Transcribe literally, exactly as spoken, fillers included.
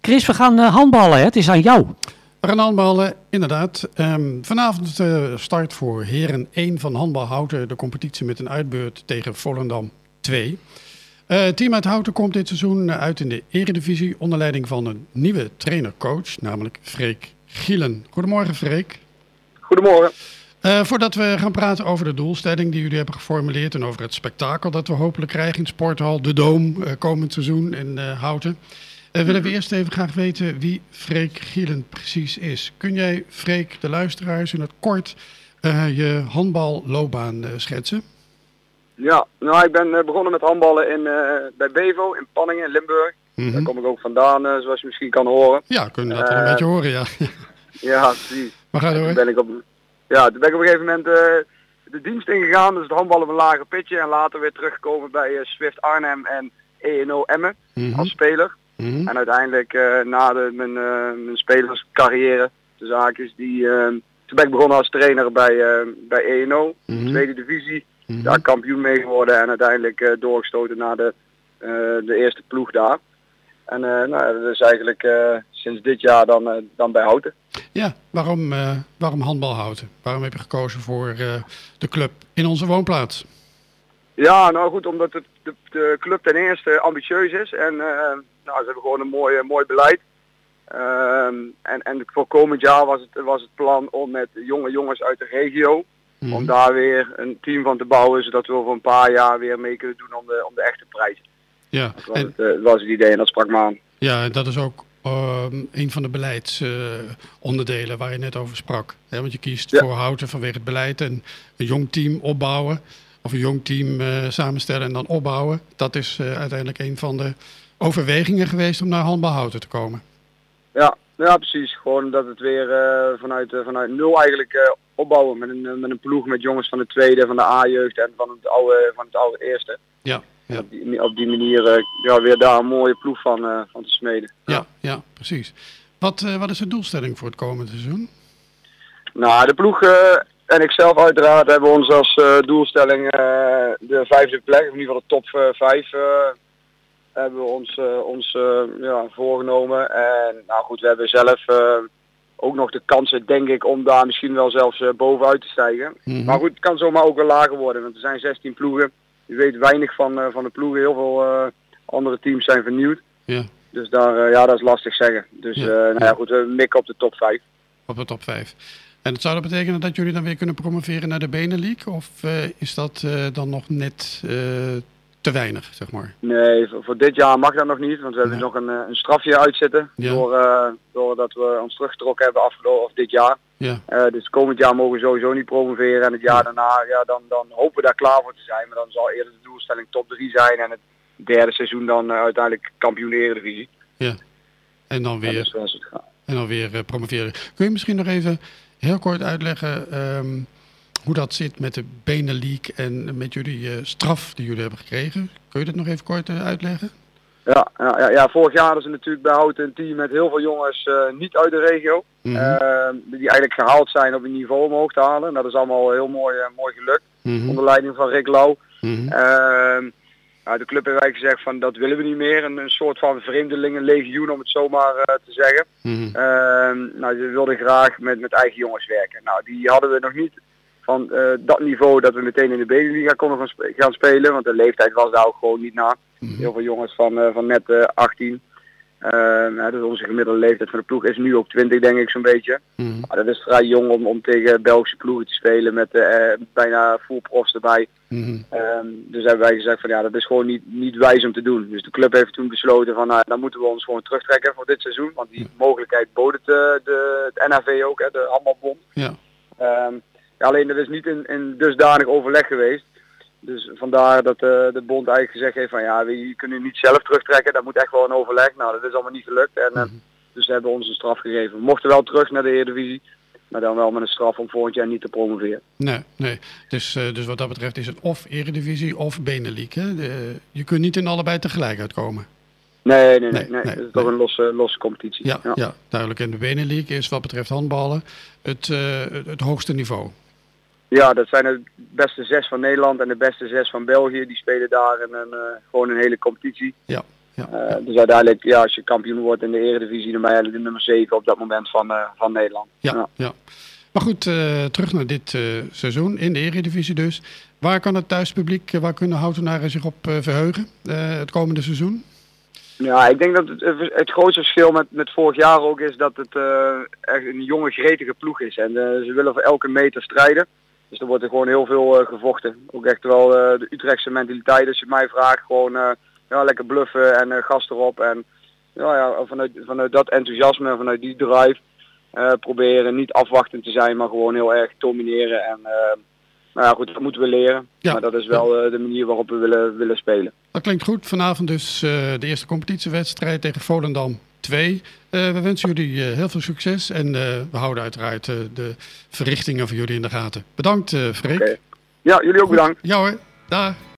Chris, we gaan uh, handballen. Hè? Het is aan jou. We gaan handballen, inderdaad. Um, vanavond uh, start voor Heren één van Handbal Houten de competitie met een uitbeurt tegen Volendam twee. Uh, het team uit Houten komt dit seizoen uit in de Eredivisie onder leiding van een nieuwe trainer-coach, namelijk Freek Gielen. Goedemorgen, Freek. Goedemorgen. Uh, voordat we gaan praten over de doelstelling die jullie hebben geformuleerd en over het spektakel dat we hopelijk krijgen in Sporthal De Doom uh, komend seizoen in uh, Houten, uh, willen we eerst even graag weten wie Freek Gielen precies is. Kun jij, Freek, de luisteraars in het kort uh, je handballoopbaan uh, schetsen? Ja, nou ik ben uh, begonnen met handballen in, uh, bij Bevo in Panningen in Limburg. Mm-hmm. Daar kom ik ook vandaan, uh, zoals je misschien kan horen. Ja, kunnen we dat uh, wel een beetje horen, ja. Ja, precies. Maar ga door. Toen ben ik op, ja, toen ben ik op een gegeven moment uh, de dienst ingegaan, dus het handballen op een lager pitje. En later weer teruggekomen bij uh, Swift Arnhem en E N O Emmen mm-hmm. als speler. Mm-hmm. En uiteindelijk uh, na de, mijn, uh, mijn spelerscarrière, de zaakjes, die, uh, toen ben ik begonnen als trainer bij, uh, bij E N O, mm-hmm. tweede divisie. Mm-hmm. Daar kampioen mee geworden en uiteindelijk uh, doorgestoten naar de, uh, de eerste ploeg daar. En uh, nou, dat is eigenlijk uh, sinds dit jaar dan, uh, dan bij Houten. Ja, waarom, uh, waarom handbal Houten? Waarom heb je gekozen voor uh, de club in onze woonplaats? Ja, nou goed, omdat de, de, de club ten eerste ambitieus is en uh, nou, ze hebben gewoon een mooi, mooi beleid. Um, en, en voor komend jaar was het, was het plan om met jonge jongens uit de regio, mm-hmm. om daar weer een team van te bouwen, zodat we over een paar jaar weer mee kunnen doen om de, om de echte prijzen. Ja, dat was, en, het, uh, was het idee en dat sprak me aan. Ja, dat is ook uh, een van de beleidsonderdelen uh, waar je net over sprak. Hè? Want je kiest ja. voor Houten vanwege het beleid en een jong team opbouwen. Of een jong team uh, samenstellen en dan opbouwen. Dat is uh, uiteindelijk een van de overwegingen geweest om naar handbal Houten te komen. Ja, ja precies. Gewoon dat het weer uh, vanuit, uh, vanuit nul eigenlijk uh, opbouwen. Met een, uh, met een ploeg met jongens van de tweede, van de A-jeugd en van het oude, van het oude eerste. Ja. Ja. Op, die, op die manier uh, ja, weer daar een mooie ploeg van, uh, van te smeden. Ja, ja, ja precies. Wat, uh, wat is de doelstelling voor het komende seizoen? Nou, de ploeg uh, en ik zelf uiteraard hebben ons als uh, doelstelling uh, de vijfde plek, of in ieder geval de top uh, vijf, uh, hebben we ons, uh, ons uh, ja, voorgenomen. En nou goed, we hebben zelf uh, ook nog de kansen, denk ik, om daar misschien wel zelfs uh, bovenuit te stijgen. Mm-hmm. Maar goed, het kan zomaar ook wel lager worden, want er zijn zestien ploegen. Je weet weinig van, uh, van de ploegen. Heel veel uh, andere teams zijn vernieuwd. Ja. Dus daar, uh, ja, dat is lastig zeggen. Dus ja. Uh, nou ja, goed, we mikken op de top vijf. Op de top vijf. En dat zou dat betekenen dat jullie dan weer kunnen promoveren naar de Benelink? Of uh, is dat uh, dan nog net uh, te weinig, zeg maar? Nee, voor, voor dit jaar mag dat nog niet. Want we hebben nee. nog een, een strafje uitzitten. Ja. Door, uh, doordat we ons teruggetrokken hebben afgelopen of dit jaar. Ja. Uh, dus komend jaar mogen we sowieso niet promoveren. En het jaar ja. daarna, ja, dan, dan hopen we daar klaar voor te zijn. Maar dan zal eerder de doelstelling top drie zijn. En het derde seizoen dan uh, uiteindelijk kampioen Eredivisie. Ja. En dan weer, en dus het en dan weer uh, promoveren. Kun je misschien nog even heel kort uitleggen um, hoe dat zit met de Benelink en met jullie uh, straf die jullie hebben gekregen? Kun je dat nog even kort uh, uitleggen? Ja, ja, ja, vorig jaar is er natuurlijk bij Houten een team met heel veel jongens uh, niet uit de regio. Mm-hmm. Uh, die eigenlijk gehaald zijn op een niveau omhoog te halen. En dat is allemaal heel mooi, uh, mooi gelukt. Mm-hmm. Onder leiding van Rick Lau. Mm-hmm. Uh, nou, de club heeft eigenlijk gezegd van dat willen we niet meer. Een, een soort van vreemdelingenlegioen om het zomaar uh, te zeggen. Mm-hmm. Uh, nou, ze wilden graag met, met eigen jongens werken. Nou, die hadden we nog niet van uh, dat niveau dat we meteen in de Beneliga konden gaan, spe- gaan spelen. Want de leeftijd was daar ook gewoon niet na. Mm-hmm. Heel veel jongens van, uh, van net uh, achttien. Uh, nou, dus onze gemiddelde leeftijd van de ploeg is nu ook twintig, denk ik zo'n beetje. Mm-hmm. Maar dat is vrij jong om, om tegen Belgische ploegen te spelen met uh, bijna full profs erbij. Mm-hmm. Um, dus hebben wij gezegd van ja, dat is gewoon niet, niet wijs om te doen. Dus de club heeft toen besloten van nou, dan moeten we ons gewoon terugtrekken voor dit seizoen. Want die mogelijkheid bood het, uh, de, het N H V ook, hè, de handbalbond. Ja. Um, ja, alleen dat is niet in, in dusdanig overleg geweest. Dus vandaar dat uh, de bond eigenlijk gezegd heeft van ja, we kunnen niet zelf terugtrekken, dat moet echt wel een overleg. Nou, dat is allemaal niet gelukt en uh, mm-hmm. dus ze hebben ons een straf gegeven. We mochten wel terug naar de Eredivisie, maar dan wel met een straf om volgend jaar niet te promoveren. Nee, nee. Dus, uh, dus wat dat betreft is het of Eredivisie of Benelink. Hè? De, je kunt niet in allebei tegelijk uitkomen. Nee, nee, nee. nee, nee. nee het is nee. toch een losse, losse competitie. Ja, ja. ja, duidelijk. En de Benelink is wat betreft handballen het, uh, het hoogste niveau. Ja, dat zijn de beste zes van Nederland en de beste zes van België. Die spelen daar in een, uh, gewoon een hele competitie. Ja. ja, Uh, ja. Dus uiteindelijk, ja, als je kampioen wordt in de Eredivisie, dan ben je eigenlijk de nummer zeven op dat moment van, uh, van Nederland. Ja, ja. ja. Maar goed, uh, terug naar dit uh, seizoen in de Eredivisie dus. Waar kan het thuispubliek, uh, waar kunnen Houtenaren zich op uh, verheugen uh, het komende seizoen? Ja, ik denk dat het, het grootste verschil met, met vorig jaar ook is dat het uh, echt een jonge, gretige ploeg is. En uh, ze willen voor elke meter strijden. Dus er wordt er gewoon heel veel uh, gevochten. Ook echt wel uh, de Utrechtse mentaliteit, als je mij vraagt. Gewoon uh, ja, lekker bluffen en uh, gas erop. En ja, ja, vanuit, vanuit dat enthousiasme, vanuit die drive, uh, proberen niet afwachtend te zijn, maar gewoon heel erg domineren. En uh, nou ja, goed, dat moeten we leren. Ja. Maar dat is wel uh, de manier waarop we willen, willen spelen. Dat klinkt goed. Vanavond dus uh, de eerste competitiewedstrijd tegen Volendam twee. Uh, we wensen jullie uh, heel veel succes en uh, we houden uiteraard uh, de verrichtingen voor jullie in de gaten. Bedankt uh, Freek. Okay. Ja, jullie ook bedankt. Ja hoor, daar.